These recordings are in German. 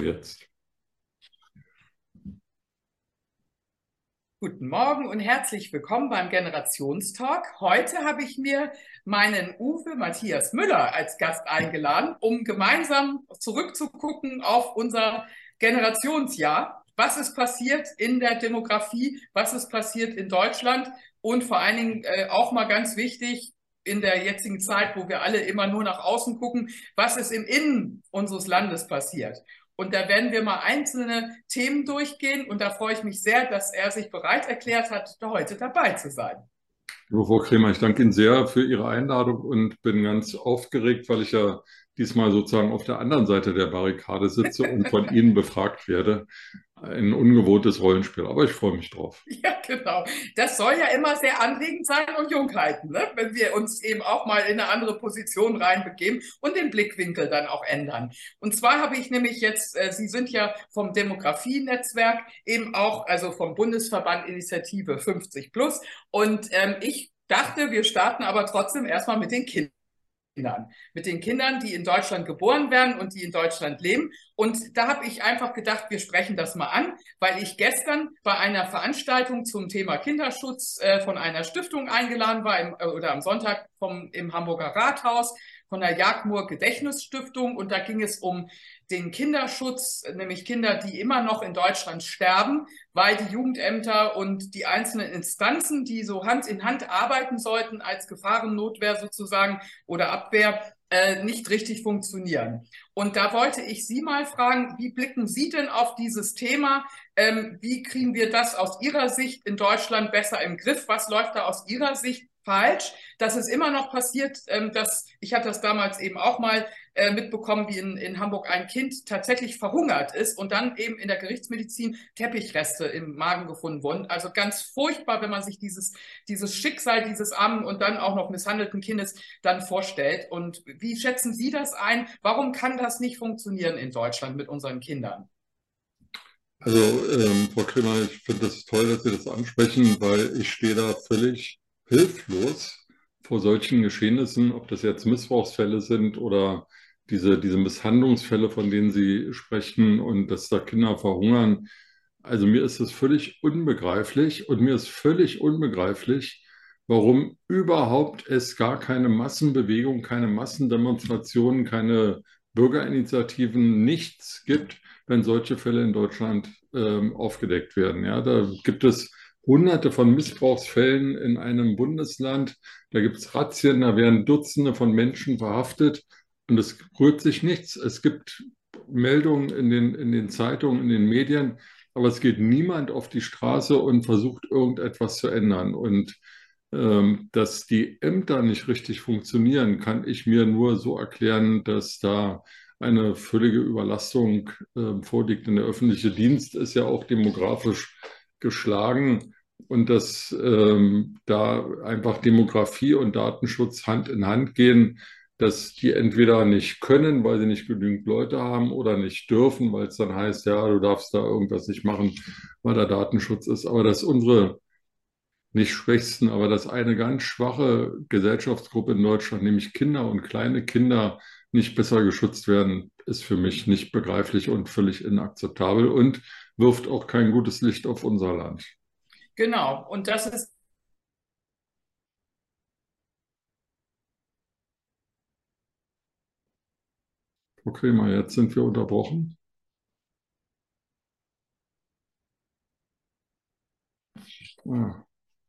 Jetzt. Guten Morgen und herzlich willkommen beim Generationstalk. Heute habe ich mir meinen Uwe Matthias Müller als Gast eingeladen, um gemeinsam zurückzugucken auf unser Generationsjahr. Was ist passiert in der Demografie? Was ist passiert in Deutschland? Und vor allen Dingen auch mal ganz wichtig, in der jetzigen Zeit, wo wir alle immer nur nach außen gucken, was ist im Innen unseres Landes passiert? Und da werden wir mal einzelne Themen durchgehen. Und da freue ich mich sehr, dass er sich bereit erklärt hat, heute dabei zu sein. Liebe Frau Kremer, ich danke Ihnen sehr für Ihre Einladung und bin ganz aufgeregt, weil ich ja diesmal sozusagen auf der anderen Seite der Barrikade sitze und von Ihnen befragt werde. Ein ungewohntes Rollenspiel, aber ich freue mich drauf. Ja, genau. Das soll ja immer sehr anregend sein und jung halten, ne? Wenn wir uns eben auch mal in eine andere Position reinbegeben und den Blickwinkel dann auch ändern. Und zwar habe ich nämlich jetzt, Sie sind ja vom Demografienetzwerk eben auch, also vom Bundesverband Initiative 50 Plus. Und ich dachte, wir starten aber trotzdem erstmal mit den Kindern. Mit den Kindern, die in Deutschland geboren werden und die in Deutschland leben. Und da habe ich einfach gedacht, wir sprechen das mal an, weil ich gestern bei einer Veranstaltung zum Thema Kinderschutz von einer Stiftung eingeladen war, oder am Sonntag im Hamburger Rathaus von der Jagdmoor Gedächtnisstiftung. Und da ging es um den Kinderschutz, nämlich Kinder, die immer noch in Deutschland sterben, weil die Jugendämter und die einzelnen Instanzen, die so Hand in Hand arbeiten sollten als Gefahrennotwehr sozusagen oder Abwehr, nicht richtig funktionieren. Und da wollte ich Sie mal fragen, wie blicken Sie denn auf dieses Thema? Wie kriegen wir das aus Ihrer Sicht in Deutschland besser im Griff? Was läuft da aus Ihrer Sicht falsch? Dass es immer noch passiert, ich hatte das damals eben auch mal mitbekommen, wie in Hamburg ein Kind tatsächlich verhungert ist und dann eben in der Gerichtsmedizin Teppichreste im Magen gefunden wurden. Also ganz furchtbar, wenn man sich dieses Schicksal dieses armen und dann auch noch misshandelten Kindes dann vorstellt. Und wie schätzen Sie das ein? Warum kann das nicht funktionieren in Deutschland mit unseren Kindern? Also, Frau Kremer, ich finde das toll, dass Sie das ansprechen, weil ich stehe da völlig hilflos vor solchen Geschehnissen, ob das jetzt Missbrauchsfälle sind oder diese Misshandlungsfälle, von denen Sie sprechen und dass da Kinder verhungern. Also mir ist das völlig unbegreiflich und mir ist völlig unbegreiflich, warum überhaupt es gar keine Massenbewegung, keine Massendemonstrationen, keine Bürgerinitiativen, nichts gibt, wenn solche Fälle in Deutschland aufgedeckt werden. Ja, da gibt es Hunderte von Missbrauchsfällen in einem Bundesland. Da gibt es Razzien, da werden Dutzende von Menschen verhaftet und es rührt sich nichts. Es gibt Meldungen in den Zeitungen, in den Medien, aber es geht niemand auf die Straße und versucht irgendetwas zu ändern. Und dass die Ämter nicht richtig funktionieren, kann ich mir nur so erklären, dass da eine völlige Überlastung vorliegt. Und der öffentliche Dienst ist ja auch demografisch geschlagen und dass da einfach Demografie und Datenschutz Hand in Hand gehen, dass die entweder nicht können, weil sie nicht genügend Leute haben oder nicht dürfen, weil es dann heißt, ja, du darfst da irgendwas nicht machen, weil da Datenschutz ist. Aber dass unsere nicht schwächsten, aber dass eine ganz schwache Gesellschaftsgruppe in Deutschland, nämlich Kinder und kleine Kinder, nicht besser geschützt werden, ist für mich nicht begreiflich und völlig inakzeptabel und wirft auch kein gutes Licht auf unser Land. Genau, und das ist Okay, mal jetzt sind wir unterbrochen. Ah.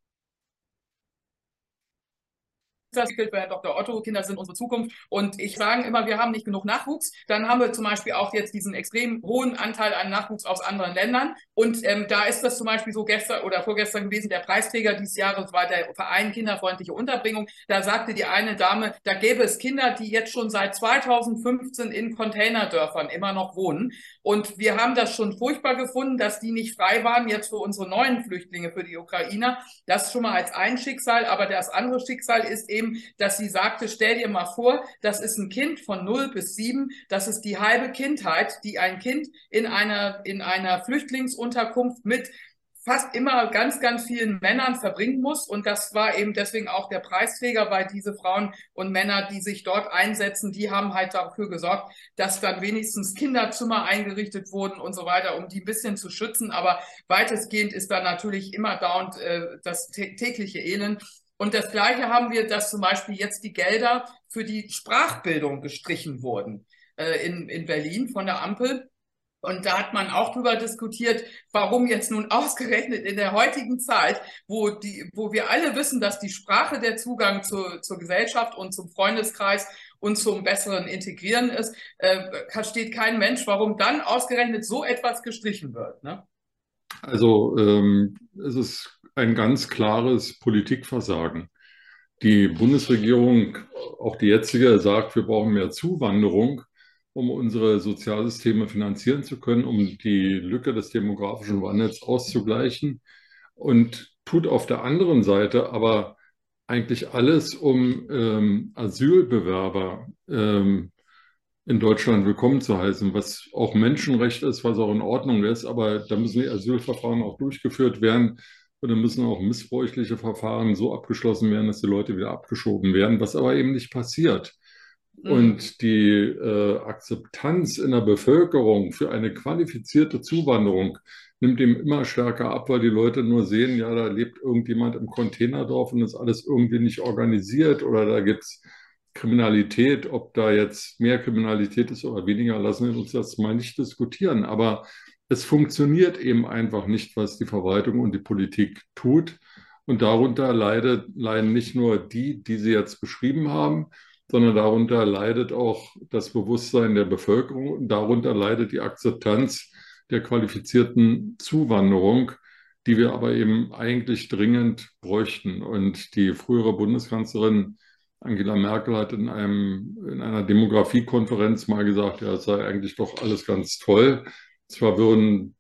entwickelt werden, Dr. Otto, Kinder sind unsere Zukunft. Und ich sage immer, wir haben nicht genug Nachwuchs. Dann haben wir zum Beispiel auch jetzt diesen extrem hohen Anteil an Nachwuchs aus anderen Ländern. Und da ist das zum Beispiel so gestern oder vorgestern gewesen, der Preisträger dieses Jahres war der Verein Kinderfreundliche Unterbringung. Da sagte die eine Dame, da gäbe es Kinder, die jetzt schon seit 2015 in Containerdörfern immer noch wohnen. Und wir haben das schon furchtbar gefunden, dass die nicht frei waren jetzt für unsere neuen Flüchtlinge, für die Ukrainer. Das schon mal als ein Schicksal. Aber das andere Schicksal ist eben, dass sie sagte, stell dir mal vor, das ist ein Kind von 0 bis 7, das ist die halbe Kindheit, die ein Kind in einer Flüchtlingsunterkunft mit fast immer ganz, ganz vielen Männern verbringen muss. Und das war eben deswegen auch der Preisträger, weil diese Frauen und Männer, die sich dort einsetzen, die haben halt dafür gesorgt, dass dann wenigstens Kinderzimmer eingerichtet wurden und so weiter, um die ein bisschen zu schützen. Aber weitestgehend ist da natürlich immer dauernd das tägliche Elend. Und das Gleiche haben wir, dass zum Beispiel jetzt die Gelder für die Sprachbildung gestrichen wurden in Berlin von der Ampel. Und da hat man auch drüber diskutiert, warum jetzt nun ausgerechnet in der heutigen Zeit, wo wir alle wissen, dass die Sprache der Zugang zur Gesellschaft und zum Freundeskreis und zum besseren Integrieren ist, versteht kein Mensch, warum dann ausgerechnet so etwas gestrichen wird. Ne? Also es ist ein ganz klares Politikversagen. Die Bundesregierung, auch die jetzige, sagt, wir brauchen mehr Zuwanderung, um unsere Sozialsysteme finanzieren zu können, um die Lücke des demografischen Wandels auszugleichen und tut auf der anderen Seite aber eigentlich alles, um Asylbewerber in Deutschland willkommen zu heißen, was auch Menschenrecht ist, was auch in Ordnung ist, aber da müssen die Asylverfahren auch durchgeführt werden und dann müssen auch missbräuchliche Verfahren so abgeschlossen werden, dass die Leute wieder abgeschoben werden, was aber eben nicht passiert. Und die Akzeptanz in der Bevölkerung für eine qualifizierte Zuwanderung nimmt eben immer stärker ab, weil die Leute nur sehen, ja, da lebt irgendjemand im Containerdorf und ist alles irgendwie nicht organisiert oder da gibt es Kriminalität. Ob da jetzt mehr Kriminalität ist oder weniger, lassen wir uns das mal nicht diskutieren. Aber es funktioniert eben einfach nicht, was die Verwaltung und die Politik tut. Und darunter leiden nicht nur die, die Sie jetzt beschrieben haben, sondern darunter leidet auch das Bewusstsein der Bevölkerung und darunter leidet die Akzeptanz der qualifizierten Zuwanderung, die wir aber eben eigentlich dringend bräuchten. Und die frühere Bundeskanzlerin Angela Merkel hat in einer Demografiekonferenz mal gesagt, ja, es sei eigentlich doch alles ganz toll. Zwar würden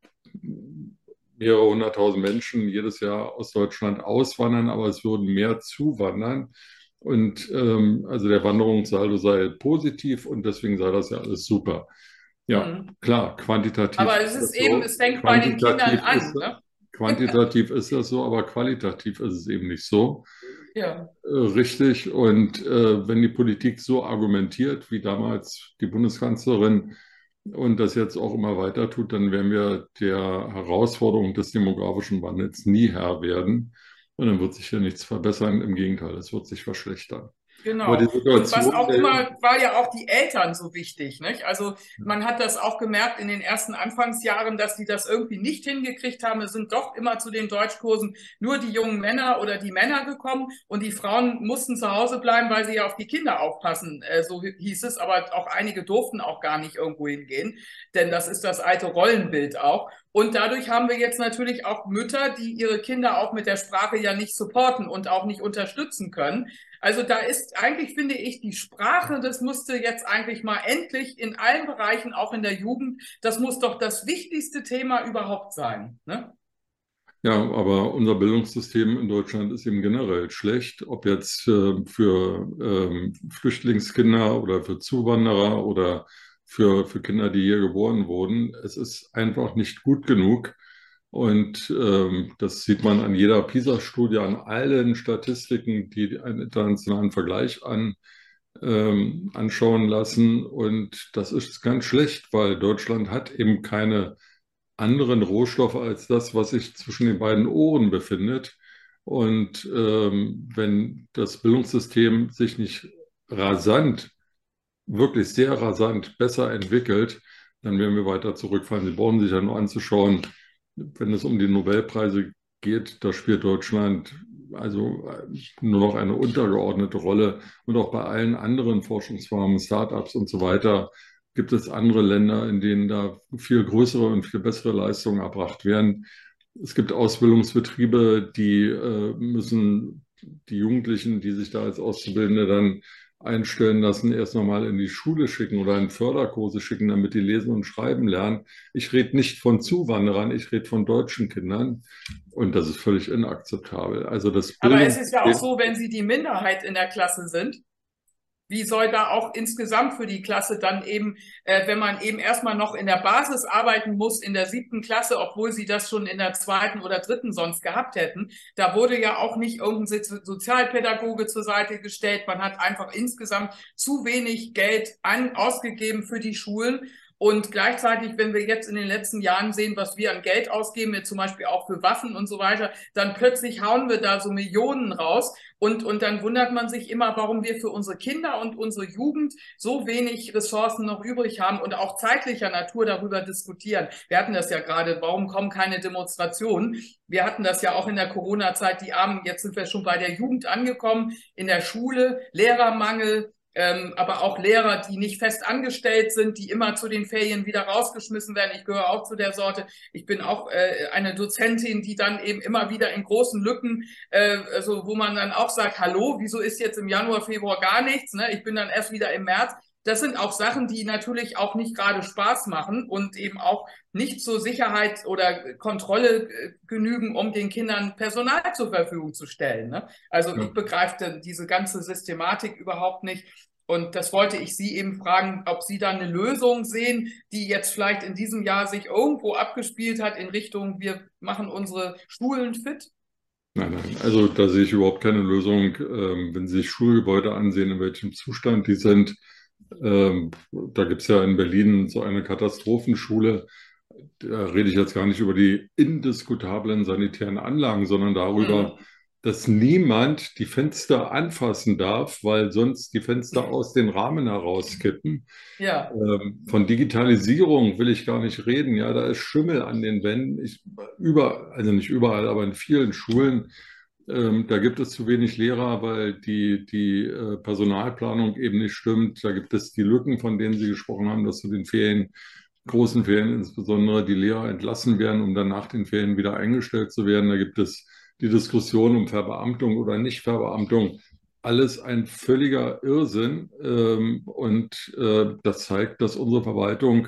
mehrere hunderttausend Menschen jedes Jahr aus Deutschland auswandern, aber es würden mehr zuwandern. Und also der Wanderungssaldo sei positiv und deswegen sei das ja alles super. Ja, klar, quantitativ Aber es ist eben, so. es fängt bei den Kindern an. Ne? Quantitativ ist das so, aber qualitativ ist es eben nicht so. Ja. Richtig. Und wenn die Politik so argumentiert, wie damals die Bundeskanzlerin und das jetzt auch immer weiter tut, dann werden wir der Herausforderung des demografischen Wandels nie Herr werden. Und dann wird sich ja nichts verbessern. Im Gegenteil, es wird sich verschlechtern. Aber die Genau. Und was Situation, auch immer, war ja auch die Eltern so wichtig, nicht? Also man hat das auch gemerkt in den ersten Anfangsjahren, dass die das irgendwie nicht hingekriegt haben. Es sind doch immer zu den Deutschkursen nur die jungen Männer oder die Männer gekommen und die Frauen mussten zu Hause bleiben, weil sie ja auf die Kinder aufpassen, so hieß es. Aber auch einige durften auch gar nicht irgendwo hingehen, denn das ist das alte Rollenbild auch. Und dadurch haben wir jetzt natürlich auch Mütter, die ihre Kinder auch mit der Sprache ja nicht supporten und auch nicht unterstützen können. Also da ist eigentlich, finde ich, die Sprache, das musste jetzt eigentlich mal endlich in allen Bereichen, auch in der Jugend, das muss doch das wichtigste Thema überhaupt sein. Ne? ja, aber unser Bildungssystem in Deutschland ist eben generell schlecht, ob jetzt für Flüchtlingskinder oder für Zuwanderer oder für Kinder, die hier geboren wurden. Es ist einfach nicht gut genug. Und das sieht man an jeder PISA-Studie, an allen Statistiken, die einen internationalen Vergleich anschauen lassen. Und das ist ganz schlecht, weil Deutschland hat eben keine anderen Rohstoffe als das, was sich zwischen den beiden Ohren befindet. Und wenn das Bildungssystem sich nicht rasant, wirklich sehr rasant besser entwickelt, dann werden wir weiter zurückfallen. Sie brauchen sich ja nur anzuschauen, wenn es um die Nobelpreise geht, da spielt Deutschland also nur noch eine untergeordnete Rolle. Und auch bei allen anderen Forschungsformen, Startups und so weiter, gibt es andere Länder, in denen da viel größere und viel bessere Leistungen erbracht werden. Es gibt Ausbildungsbetriebe, die müssen die Jugendlichen, die sich da als Auszubildende dann einstellen lassen, erst nochmal in die Schule schicken oder in Förderkurse schicken, damit die lesen und schreiben lernen. Ich rede nicht von Zuwanderern, ich rede von deutschen Kindern und das ist völlig inakzeptabel. Also das Aber es ist ja auch Bildungssystem. so, wenn Sie die Minderheit in der Klasse sind, wie soll da auch insgesamt für die Klasse dann eben, wenn man eben erstmal noch in der Basis arbeiten muss, in der 7. Klasse, obwohl sie das schon in der 2. oder 3. sonst gehabt hätten, da wurde ja auch nicht irgendein Sozialpädagoge zur Seite gestellt. Man hat einfach insgesamt zu wenig Geld ausgegeben für die Schulen. Und gleichzeitig, wenn wir jetzt in den letzten Jahren sehen, was wir an Geld ausgeben, jetzt zum Beispiel auch für Waffen und so weiter, dann plötzlich hauen wir da so Millionen raus. Und dann wundert man sich immer, warum wir für unsere Kinder und unsere Jugend so wenig Ressourcen noch übrig haben und auch zeitlicher Natur darüber diskutieren. Wir hatten das ja gerade, warum kommen keine Demonstrationen? Wir hatten das ja auch in der Corona-Zeit, die Armen, jetzt sind wir schon bei der Jugend angekommen, in der Schule, Lehrermangel, aber auch Lehrer, die nicht fest angestellt sind, die immer zu den Ferien wieder rausgeschmissen werden. Ich gehöre auch zu der Sorte. Ich bin auch eine Dozentin, die dann eben immer wieder in großen Lücken, also wo man dann auch sagt, hallo, wieso ist jetzt im Januar, Februar gar nichts? Ne? Ich bin dann erst wieder im März. Das sind auch Sachen, die natürlich auch nicht gerade Spaß machen und eben auch nicht zur Sicherheit oder Kontrolle genügen, um den Kindern Personal zur Verfügung zu stellen. Ne? Also ich begreife diese ganze Systematik überhaupt nicht. Und das wollte ich Sie eben fragen, ob Sie da eine Lösung sehen, die jetzt vielleicht in diesem Jahr sich irgendwo abgespielt hat in Richtung, wir machen unsere Schulen fit? Nein, nein, also da sehe ich überhaupt keine Lösung. Wenn Sie sich Schulgebäude ansehen, in welchem Zustand die sind, da gibt es ja in Berlin so eine Katastrophenschule. Da rede ich jetzt gar nicht über die indiskutablen sanitären Anlagen, sondern darüber, dass niemand die Fenster anfassen darf, weil sonst die Fenster aus den Rahmen herauskippen. Ja. Von Digitalisierung will ich gar nicht reden. Ja, da ist Schimmel an den Wänden. Also nicht überall, aber in vielen Schulen. Da gibt es zu wenig Lehrer, weil die Personalplanung eben nicht stimmt. Da gibt es die Lücken, von denen Sie gesprochen haben, dass zu den Ferien, großen Ferien insbesondere, die Lehrer entlassen werden, um dann nach den Ferien wieder eingestellt zu werden. Da gibt es die Diskussion um Verbeamtung oder Nichtverbeamtung. Alles ein völliger Irrsinn. Und das zeigt, dass unsere Verwaltung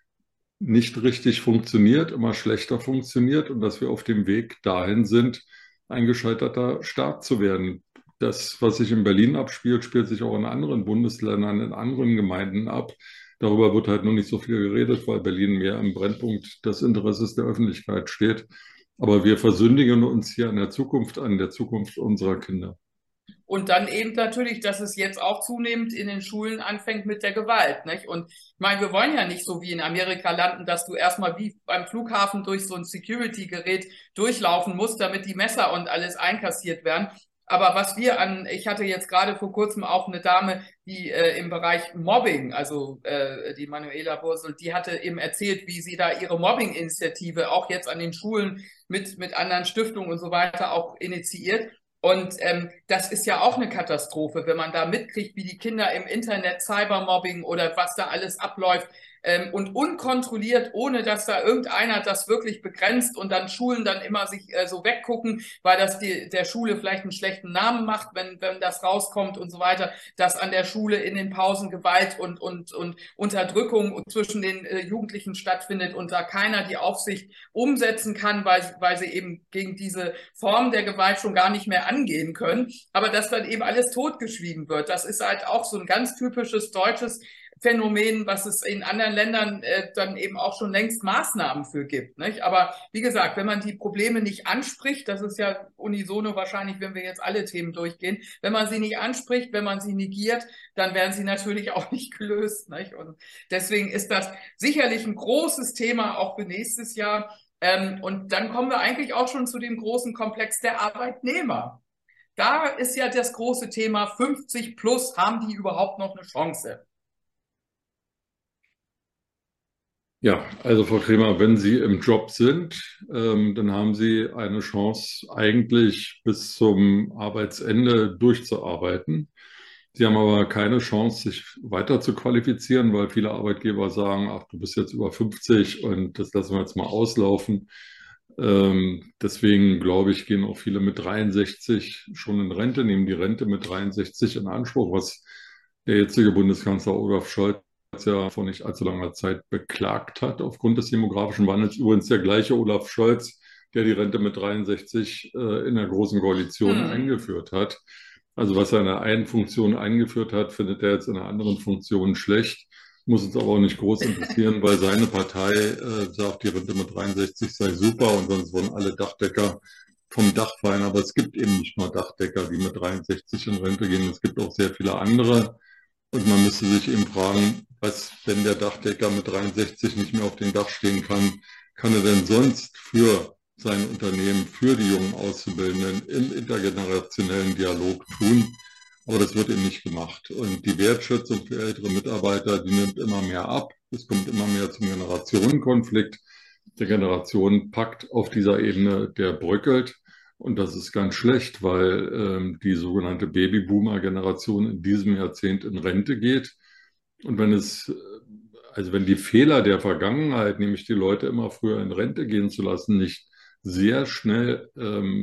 nicht richtig funktioniert, immer schlechter funktioniert und dass wir auf dem Weg dahin sind, ein gescheiterter Staat zu werden. Das, was sich in Berlin abspielt, spielt sich auch in anderen Bundesländern, in anderen Gemeinden ab. Darüber wird halt nur nicht so viel geredet, weil Berlin mehr im Brennpunkt des Interesses der Öffentlichkeit steht. Aber wir versündigen uns hier an der Zukunft, an der Zukunft unserer Kinder. Und dann eben natürlich, dass es jetzt auch zunehmend in den Schulen anfängt mit der Gewalt, nicht? Und ich meine, wir wollen ja nicht so wie in Amerika landen, dass du erstmal wie beim Flughafen durch so ein Security-Gerät durchlaufen musst, damit die Messer und alles einkassiert werden. Aber was ich hatte jetzt gerade vor kurzem auch eine Dame, die im Bereich Mobbing, also die Manuela Bursel, die hatte eben erzählt, wie sie da ihre Mobbing-Initiative auch jetzt an den Schulen mit anderen Stiftungen und so weiter auch initiiert. Und das ist ja auch eine Katastrophe, wenn man da mitkriegt, wie die Kinder im Internet Cybermobbing oder was da alles abläuft und unkontrolliert, ohne dass da irgendeiner das wirklich begrenzt und dann Schulen dann immer sich so weggucken, weil das der Schule vielleicht einen schlechten Namen macht, wenn das rauskommt und so weiter, dass an der Schule in den Pausen Gewalt und Unterdrückung zwischen den Jugendlichen stattfindet und da keiner die Aufsicht umsetzen kann, weil sie eben gegen diese Form der Gewalt schon gar nicht mehr angehen können, aber dass dann eben alles totgeschwiegen wird. Das ist halt auch so ein ganz typisches deutsches Phänomen, was es in anderen Ländern dann eben auch schon längst Maßnahmen für gibt. Nicht? Aber wie gesagt, wenn man die Probleme nicht anspricht, das ist ja unisono wahrscheinlich, wenn wir jetzt alle Themen durchgehen, wenn man sie nicht anspricht, wenn man sie negiert, dann werden sie natürlich auch nicht gelöst. Nicht? Und deswegen ist das sicherlich ein großes Thema auch für nächstes Jahr. Und dann kommen wir eigentlich auch schon zu dem großen Komplex der Arbeitnehmer. Da ist ja das große Thema 50 plus, haben die überhaupt noch eine Chance? Ja, also Frau Kremer, wenn Sie im Job sind, dann haben Sie eine Chance, eigentlich bis zum Arbeitsende durchzuarbeiten. Sie haben aber keine Chance, sich weiter zu qualifizieren, weil viele Arbeitgeber sagen, ach, du bist jetzt über 50 und das lassen wir jetzt mal auslaufen. Deswegen glaube ich, gehen auch viele mit 63 schon in Rente, nehmen die Rente mit 63 in Anspruch, was der jetzige Bundeskanzler Olaf Scholz ja vor nicht allzu langer Zeit beklagt hat aufgrund des demografischen Wandels. Übrigens der gleiche Olaf Scholz, der die Rente mit 63 in der Großen Koalition eingeführt hat. Also was er in der einen Funktion eingeführt hat, findet er jetzt in einer anderen Funktion schlecht. Muss uns aber auch nicht groß interessieren, weil seine Partei sagt, die Rente mit 63 sei super und sonst wollen alle Dachdecker vom Dach fallen. Aber es gibt eben nicht nur Dachdecker, die mit 63 in Rente gehen. Es gibt auch sehr viele andere. Und man müsste sich eben fragen, was, wenn der Dachdecker mit 63 nicht mehr auf dem Dach stehen kann, kann er denn sonst für sein Unternehmen, für die jungen Auszubildenden im intergenerationellen Dialog tun? Aber das wird eben nicht gemacht. Und die Wertschätzung für ältere Mitarbeiter, die nimmt immer mehr ab. Es kommt immer mehr zum Generationenkonflikt. Der Generationenpakt auf dieser Ebene, der bröckelt. Und das ist ganz schlecht, weil die sogenannte Babyboomer-Generation in diesem Jahrzehnt in Rente geht. Und also wenn die Fehler der Vergangenheit, nämlich die Leute immer früher in Rente gehen zu lassen, nicht sehr schnell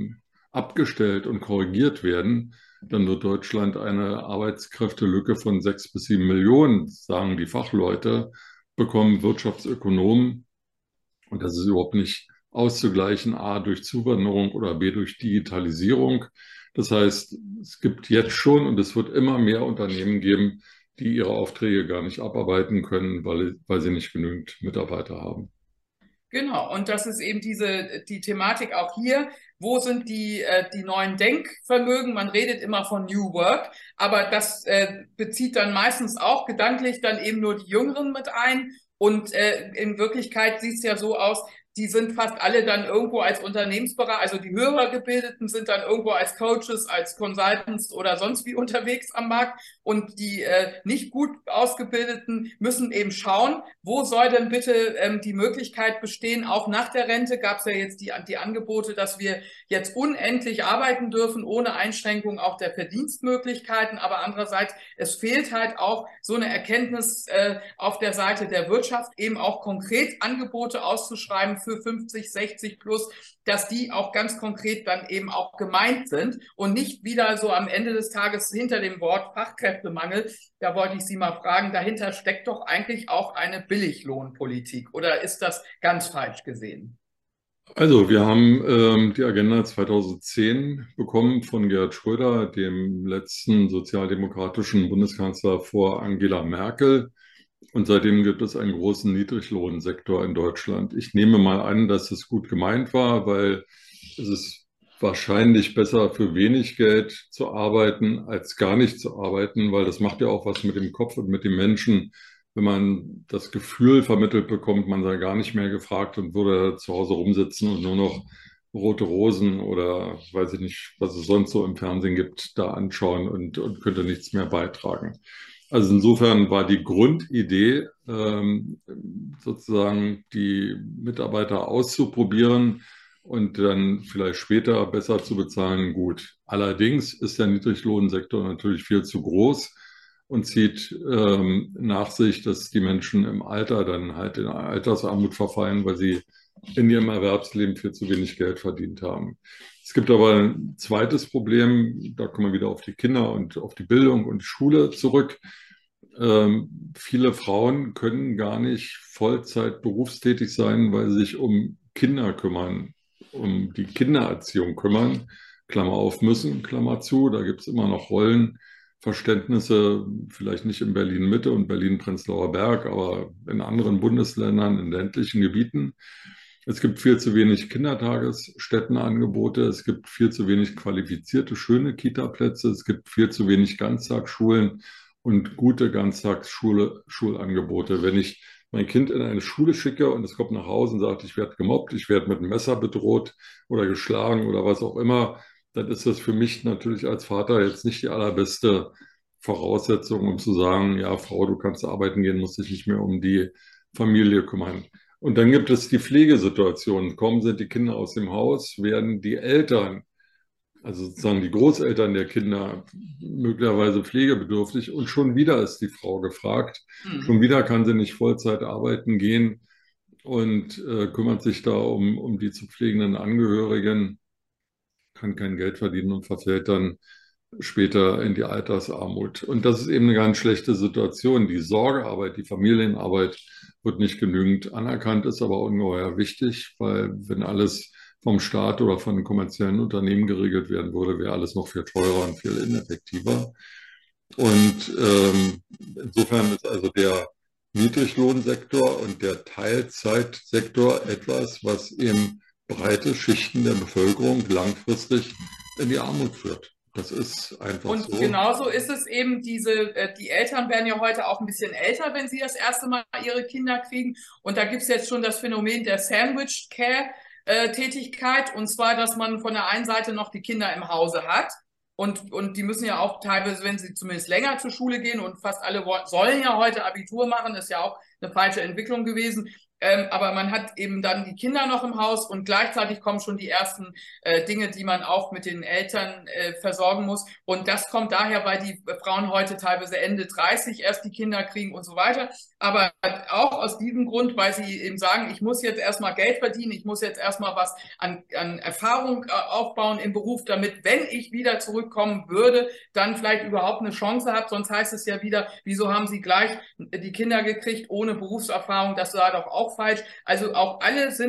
abgestellt und korrigiert werden, dann wird Deutschland eine Arbeitskräftelücke von 6 bis 7 Millionen, sagen die Fachleute, bekommen Wirtschaftsökonomen. Und das ist überhaupt nicht auszugleichen, A, durch Zuwanderung oder B, durch Digitalisierung. Das heißt, es gibt jetzt schon und es wird immer mehr Unternehmen geben, die ihre Aufträge gar nicht abarbeiten können, weil sie nicht genügend Mitarbeiter haben. Genau, und das ist eben die Thematik auch hier. Wo sind die neuen Denkvermögen? Man redet immer von New Work, aber das bezieht dann meistens auch gedanklich dann eben nur die Jüngeren mit ein. Und in Wirklichkeit sieht es ja so aus, die sind fast alle dann irgendwo als Unternehmensberater, also die höher gebildeten sind dann irgendwo als Coaches, als Consultants oder sonst wie unterwegs am Markt. Und die nicht gut ausgebildeten müssen eben schauen, wo soll denn bitte die Möglichkeit bestehen, auch nach der Rente gab es ja jetzt die Angebote, dass wir jetzt unendlich arbeiten dürfen, ohne Einschränkung auch der Verdienstmöglichkeiten. Aber andererseits, es fehlt halt auch so eine Erkenntnis auf der Seite der Wirtschaft, eben auch konkret Angebote auszuschreiben für 50, 60 plus, dass die auch ganz konkret dann eben auch gemeint sind und nicht wieder so am Ende des Tages hinter dem Wort Fachkräftemangel. Da wollte ich Sie mal fragen, dahinter steckt doch eigentlich auch eine Billiglohnpolitik oder ist das ganz falsch gesehen? Also, wir haben die Agenda 2010 bekommen von Gerhard Schröder, dem letzten sozialdemokratischen Bundeskanzler vor Angela Merkel. Und seitdem gibt es einen großen Niedriglohnsektor in Deutschland. Ich nehme mal an, dass es gut gemeint war, weil es ist wahrscheinlich besser für wenig Geld zu arbeiten, als gar nicht zu arbeiten, weil das macht ja auch was mit dem Kopf und mit dem Menschen, wenn man das Gefühl vermittelt bekommt, man sei gar nicht mehr gefragt und würde zu Hause rumsitzen und nur noch Rote Rosen oder weiß ich nicht, was es sonst so im Fernsehen gibt, da anschauen und könnte nichts mehr beitragen. Also insofern war die Grundidee, sozusagen die Mitarbeiter auszuprobieren und dann vielleicht später besser zu bezahlen, gut. Allerdings ist der Niedriglohnsektor natürlich viel zu groß und zieht nach sich, dass die Menschen im Alter dann halt in Altersarmut verfallen, weil sie in ihrem Erwerbsleben viel zu wenig Geld verdient haben. Es gibt aber ein zweites Problem, da kommen wir wieder auf die Kinder und auf die Bildung und die Schule zurück. Viele Frauen können gar nicht Vollzeit berufstätig sein, weil sie sich um Kinder kümmern, um die Kindererziehung kümmern. Klammer auf müssen, Klammer zu. Da gibt es immer noch Rollenverständnisse, vielleicht nicht in Berlin-Mitte und Berlin-Prenzlauer Berg, aber in anderen Bundesländern, in ländlichen Gebieten. Es gibt viel zu wenig Kindertagesstättenangebote, es gibt viel zu wenig qualifizierte, schöne Kitaplätze, es gibt viel zu wenig Ganztagsschulen und gute Ganztagsschulanangebote. Wenn ich mein Kind in eine Schule schicke und es kommt nach Hause und sagt, ich werde gemobbt, ich werde mit einem Messer bedroht oder geschlagen oder was auch immer, dann ist das für mich natürlich als Vater jetzt nicht die allerbeste Voraussetzung, um zu sagen, ja, Frau, du kannst arbeiten gehen, musst dich nicht mehr um die Familie kümmern. Und dann gibt es die Pflegesituation. Kaum sind die Kinder aus dem Haus, werden die Eltern, also sozusagen die Großeltern der Kinder, möglicherweise pflegebedürftig. Und schon wieder ist die Frau gefragt. Schon wieder kann sie nicht Vollzeit arbeiten gehen und kümmert sich da um die zu pflegenden Angehörigen, kann kein Geld verdienen und verfällt dann später in die Altersarmut. Und das ist eben eine ganz schlechte Situation. Die Sorgearbeit, die Familienarbeit wird nicht genügend anerkannt, ist aber ungeheuer wichtig, weil wenn alles vom Staat oder von kommerziellen Unternehmen geregelt werden würde, wäre alles noch viel teurer und viel ineffektiver. Und insofern ist also der Niedriglohnsektor und der Teilzeitsektor etwas, was eben breite Schichten der Bevölkerung langfristig in die Armut führt. Das ist einfach Und so. genauso ist es eben, die Eltern werden ja heute auch ein bisschen älter, wenn sie das erste Mal ihre Kinder kriegen. Und da gibt es jetzt schon das Phänomen der Sandwich Care Tätigkeit. Und zwar, dass man von der einen Seite noch die Kinder im Hause hat. Und die müssen ja auch teilweise, wenn sie zumindest länger zur Schule gehen und fast alle sollen ja heute Abitur machen, ist ja auch eine falsche Entwicklung gewesen. Aber man hat eben dann die Kinder noch im Haus und gleichzeitig kommen schon die ersten Dinge, die man auch mit den Eltern versorgen muss. Und das kommt daher, weil die Frauen heute teilweise Ende 30 erst die Kinder kriegen und so weiter. Aber auch aus diesem Grund, weil sie eben sagen, ich muss jetzt erstmal Geld verdienen, ich muss jetzt erstmal was an Erfahrung aufbauen im Beruf, damit, wenn ich wieder zurückkommen würde, dann vielleicht überhaupt eine Chance habe. Sonst heißt es ja wieder, wieso haben sie gleich die Kinder gekriegt ohne Berufserfahrung? Das war doch auch falsch. Also auch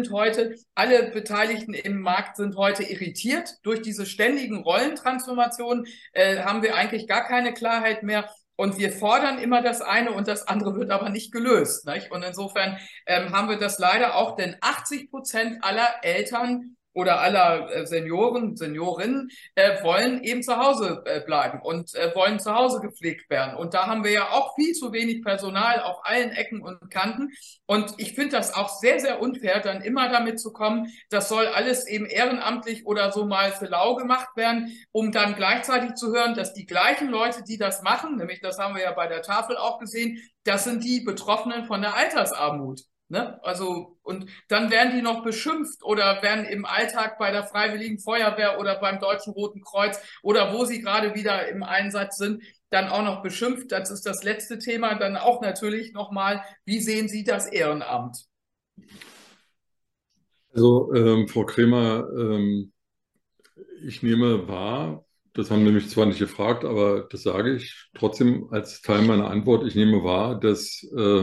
alle Beteiligten im Markt sind heute irritiert. Durch diese ständigen Rollentransformationen haben wir eigentlich gar keine Klarheit mehr. Und wir fordern immer das eine und das andere wird aber nicht gelöst. Nicht? Und insofern haben wir das leider auch, denn 80% aller Eltern oder aller Seniorinnen wollen eben zu Hause bleiben und wollen zu Hause gepflegt werden. Und da haben wir ja auch viel zu wenig Personal auf allen Ecken und Kanten. Und ich finde das auch sehr, sehr unfair, dann immer damit zu kommen, das soll alles eben ehrenamtlich oder so mal für lau gemacht werden, um dann gleichzeitig zu hören, dass die gleichen Leute, die das machen, nämlich das haben wir ja bei der Tafel auch gesehen, das sind die Betroffenen von der Altersarmut. Ne? Also, und dann werden die noch beschimpft oder werden im Alltag bei der Freiwilligen Feuerwehr oder beim Deutschen Roten Kreuz oder wo sie gerade wieder im Einsatz sind, dann auch noch beschimpft. Das ist das letzte Thema. Dann auch natürlich nochmal, wie sehen Sie das Ehrenamt? Also, Frau Kremer, ich nehme wahr, das haben Sie mich zwar nicht gefragt, aber das sage ich trotzdem als Teil meiner Antwort. Ich nehme wahr, dass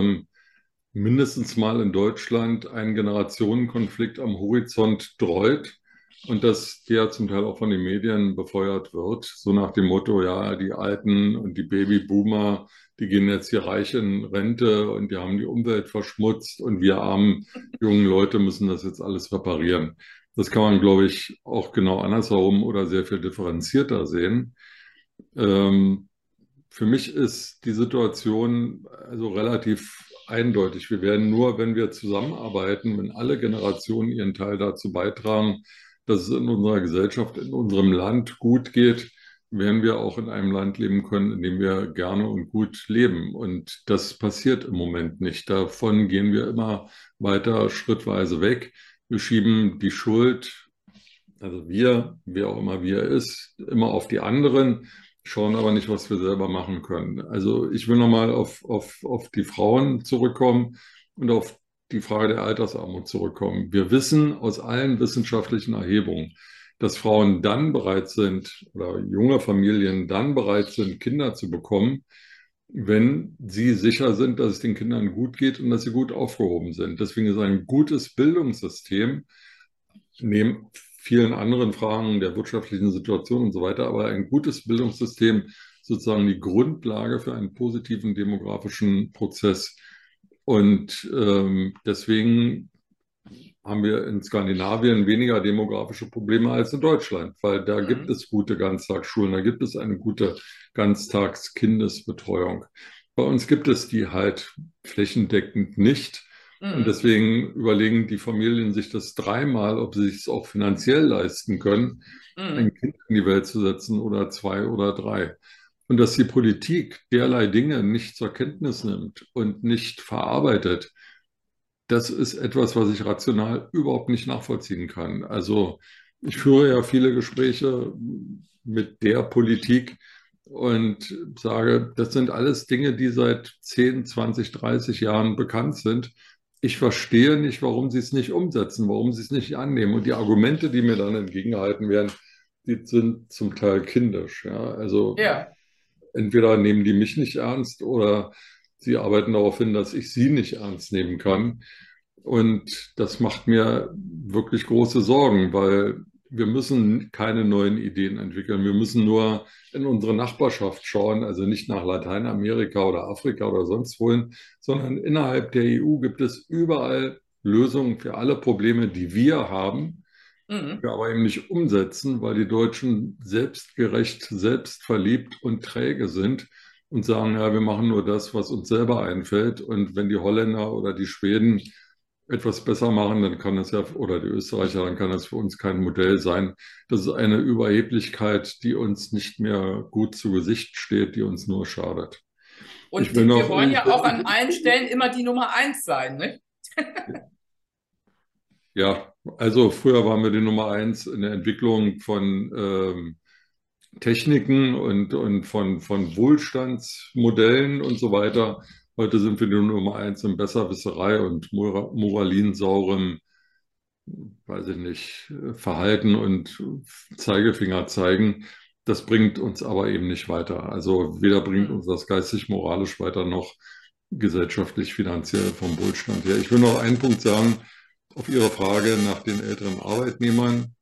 mindestens mal in Deutschland ein Generationenkonflikt am Horizont dreut und dass der zum Teil auch von den Medien befeuert wird, so nach dem Motto, ja, die Alten und die Babyboomer, die gehen jetzt hier reich in Rente und die haben die Umwelt verschmutzt und wir armen jungen Leute müssen das jetzt alles reparieren. Das kann man, glaube ich, auch genau andersherum oder sehr viel differenzierter sehen. Ähm, für mich ist die Situation also relativ eindeutig. Wir werden nur, wenn wir zusammenarbeiten, wenn alle Generationen ihren Teil dazu beitragen, dass es in unserer Gesellschaft, in unserem Land gut geht, werden wir auch in einem Land leben können, in dem wir gerne und gut leben. Und das passiert im Moment nicht. Davon gehen wir immer weiter schrittweise weg. Wir schieben die Schuld, also wir, wer auch immer wir ist, immer auf die anderen, schauen aber nicht, was wir selber machen können. Also ich will nochmal auf die Frauen zurückkommen und auf die Frage der Altersarmut zurückkommen. Wir wissen aus allen wissenschaftlichen Erhebungen, dass Frauen dann bereit sind oder junge Familien dann bereit sind, Kinder zu bekommen, wenn sie sicher sind, dass es den Kindern gut geht und dass sie gut aufgehoben sind. Deswegen ist ein gutes Bildungssystem neben vielen anderen Fragen der wirtschaftlichen Situation und so weiter, aber ein gutes Bildungssystem sozusagen die Grundlage für einen positiven demografischen Prozess. Und deswegen haben wir in Skandinavien weniger demografische Probleme als in Deutschland, weil da gibt es gute Ganztagsschulen, da gibt es eine gute Ganztagskindesbetreuung. Bei uns gibt es die halt flächendeckend nicht. Und deswegen überlegen die Familien sich das dreimal, ob sie es auch finanziell leisten können, ein Kind in die Welt zu setzen oder zwei oder drei. Und dass die Politik derlei Dinge nicht zur Kenntnis nimmt und nicht verarbeitet, das ist etwas, was ich rational überhaupt nicht nachvollziehen kann. Also ich führe ja viele Gespräche mit der Politik und sage, das sind alles Dinge, die seit 10, 20, 30 Jahren bekannt sind. Ich verstehe nicht, warum sie es nicht umsetzen, warum sie es nicht annehmen. Und die Argumente, die mir dann entgegengehalten werden, die sind zum Teil kindisch. Ja? Also Ja. entweder nehmen die mich nicht ernst oder sie arbeiten darauf hin, dass ich sie nicht ernst nehmen kann. Und das macht mir wirklich große Sorgen, weil wir müssen keine neuen Ideen entwickeln. Wir müssen nur in unsere Nachbarschaft schauen, also nicht nach Lateinamerika oder Afrika oder sonst wohin, sondern innerhalb der EU gibt es überall Lösungen für alle Probleme, die wir haben, Mhm. wir aber eben nicht umsetzen, weil die Deutschen selbstgerecht, selbstverliebt und träge sind und sagen, ja, wir machen nur das, was uns selber einfällt. Und wenn die Holländer oder die Schweden etwas besser machen, dann kann das ja, oder die Österreicher, dann kann das für uns kein Modell sein. Das ist eine Überheblichkeit, die uns nicht mehr gut zu Gesicht steht, die uns nur schadet. Ich Und will wir noch, wollen ja auch an allen Stellen immer die Nummer eins sein, ne? ja, also früher waren wir die Nummer eins in der Entwicklung von Techniken und von Wohlstandsmodellen und so weiter. Heute sind wir die Nummer eins in Besserwisserei und moralinsaurem, weiß ich nicht, Verhalten und Zeigefinger zeigen. Das bringt uns aber eben nicht weiter. Also weder bringt Mhm. uns das geistig-moralisch weiter noch gesellschaftlich, finanziell vom Wohlstand her. Ich will noch einen Punkt sagen auf Ihre Frage nach den älteren Arbeitnehmern.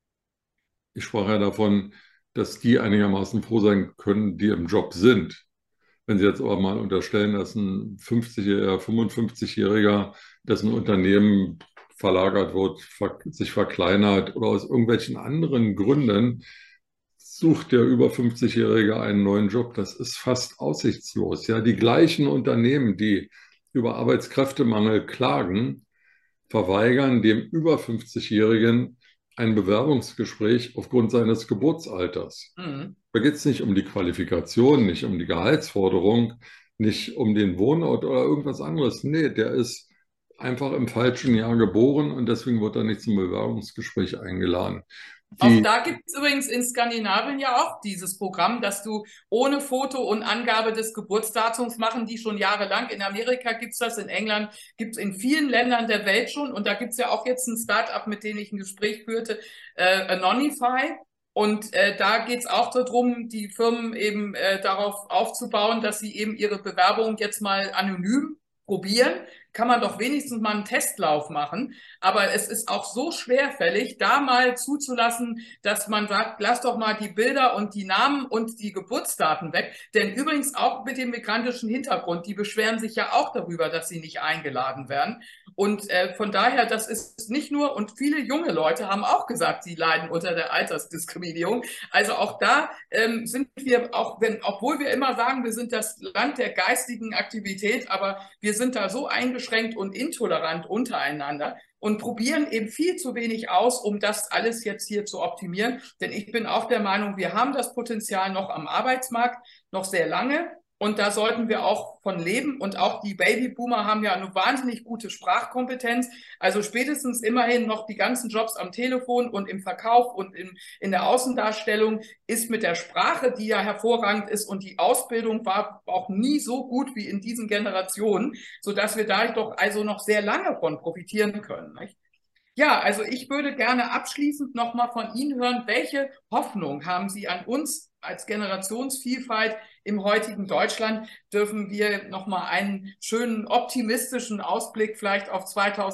Ich sprach ja davon, dass die einigermaßen froh sein können, die im Job sind. Wenn Sie jetzt aber mal unterstellen, dass ein 50-jähriger, 55-jähriger, dessen Unternehmen verlagert wird, sich verkleinert oder aus irgendwelchen anderen Gründen, sucht der über 50-Jährige einen neuen Job. Das ist fast aussichtslos. Ja, die gleichen Unternehmen, die über Arbeitskräftemangel klagen, verweigern dem über 50-Jährigen ein Bewerbungsgespräch aufgrund seines Geburtsalters. Mhm. Da geht es nicht um die Qualifikation, nicht um die Gehaltsforderung, nicht um den Wohnort oder irgendwas anderes. Nee, der ist einfach im falschen Jahr geboren und deswegen wird er nicht zum Bewerbungsgespräch eingeladen. Auch Die, da gibt es übrigens in Skandinavien ja auch dieses Programm, dass du ohne Foto und Angabe des Geburtsdatums machen, die schon jahrelang. In Amerika gibt es das, in England gibt es in vielen Ländern der Welt schon. Und da gibt es ja auch jetzt ein Start-up, mit dem ich ein Gespräch führte, Anonify. Und da geht es auch darum, die Firmen eben darauf aufzubauen, dass sie eben ihre Bewerbung jetzt mal anonym probieren. Kann man doch wenigstens mal einen Testlauf machen. Aber es ist auch so schwerfällig, da mal zuzulassen, dass man sagt, lass doch mal die Bilder und die Namen und die Geburtsdaten weg. Denn übrigens auch mit dem migrantischen Hintergrund, die beschweren sich ja auch darüber, dass sie nicht eingeladen werden. Und von daher, das ist nicht nur, und viele junge Leute haben auch gesagt, sie leiden unter der Altersdiskriminierung. Also auch da sind wir, auch wenn, obwohl wir immer sagen, wir sind das Land der geistigen Aktivität, aber wir sind da so eingeschränkt und intolerant untereinander und probieren eben viel zu wenig aus, um das alles jetzt hier zu optimieren. Denn ich bin auch der Meinung, wir haben das Potenzial noch am Arbeitsmarkt, noch sehr lange. Und da sollten wir auch von leben. Und auch die Babyboomer haben ja eine wahnsinnig gute Sprachkompetenz. Also spätestens immerhin noch die ganzen Jobs am Telefon und im Verkauf und in der Außendarstellung ist mit der Sprache, die ja hervorragend ist, und die Ausbildung war auch nie so gut wie in diesen Generationen, sodass wir da doch also noch sehr lange von profitieren können. Nicht? Ja, also ich würde gerne abschließend nochmal von Ihnen hören, welche Hoffnung haben Sie an uns als Generationsvielfalt im heutigen Deutschland? Dürfen wir nochmal einen schönen optimistischen Ausblick vielleicht auf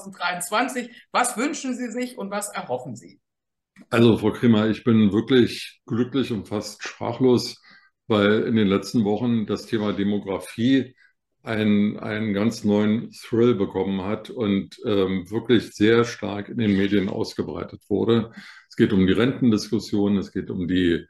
2023? Was wünschen Sie sich und was erhoffen Sie? also Frau Kremer, ich bin wirklich glücklich und fast sprachlos, weil in den letzten Wochen das Thema Demografie einen ganz neuen Thrill bekommen hat und wirklich sehr stark in den Medien ausgebreitet wurde. Es geht um die Rentendiskussion, es geht um die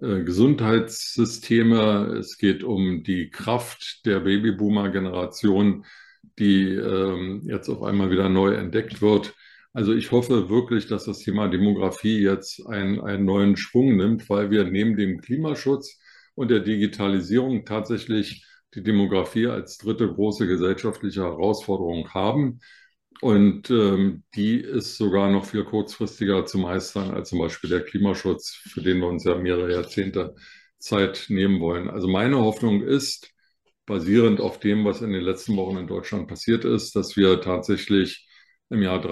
Gesundheitssysteme, es geht um die Kraft der Babyboomer-Generation, die jetzt auf einmal wieder neu entdeckt wird. Also ich hoffe wirklich, dass das Thema Demografie jetzt einen neuen Schwung nimmt, weil wir neben dem Klimaschutz und der Digitalisierung tatsächlich die Demografie als dritte große gesellschaftliche Herausforderung haben. Und die ist sogar noch viel kurzfristiger zu meistern als zum Beispiel der Klimaschutz, für den wir uns ja mehrere Jahrzehnte Zeit nehmen wollen. Also meine Hoffnung ist, basierend auf dem, was in den letzten Wochen in Deutschland passiert ist, dass wir tatsächlich im Jahr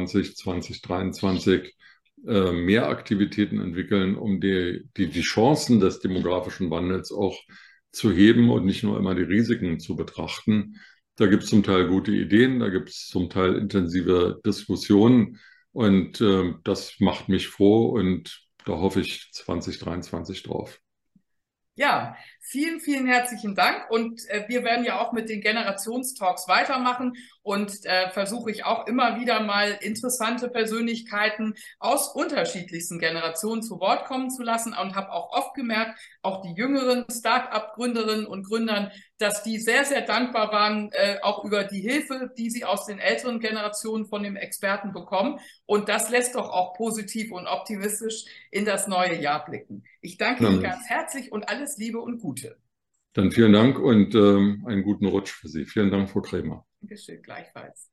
2023 mehr Aktivitäten entwickeln, um die Chancen des demografischen Wandels auch zu heben und nicht nur immer die Risiken zu betrachten. Da gibt es zum Teil gute Ideen, da gibt es zum Teil intensive Diskussionen und das macht mich froh und da hoffe ich 2023 drauf. Ja, vielen, vielen herzlichen Dank. Und wir werden ja auch mit den Generationstalks weitermachen. Und versuche ich auch immer wieder mal interessante Persönlichkeiten aus unterschiedlichsten Generationen zu Wort kommen zu lassen. Und habe auch oft gemerkt, auch die jüngeren Start-up-Gründerinnen und Gründern, dass die sehr, sehr dankbar waren, auch über die Hilfe, die sie aus den älteren Generationen von dem Experten bekommen. Und das lässt doch auch positiv und optimistisch in das neue Jahr blicken. Ich danke Na Ihnen Mensch, ganz herzlich und alles Liebe und Gute. dann vielen Dank und einen guten Rutsch für Sie. Vielen Dank, Frau Krämer. Dankeschön, gleichfalls.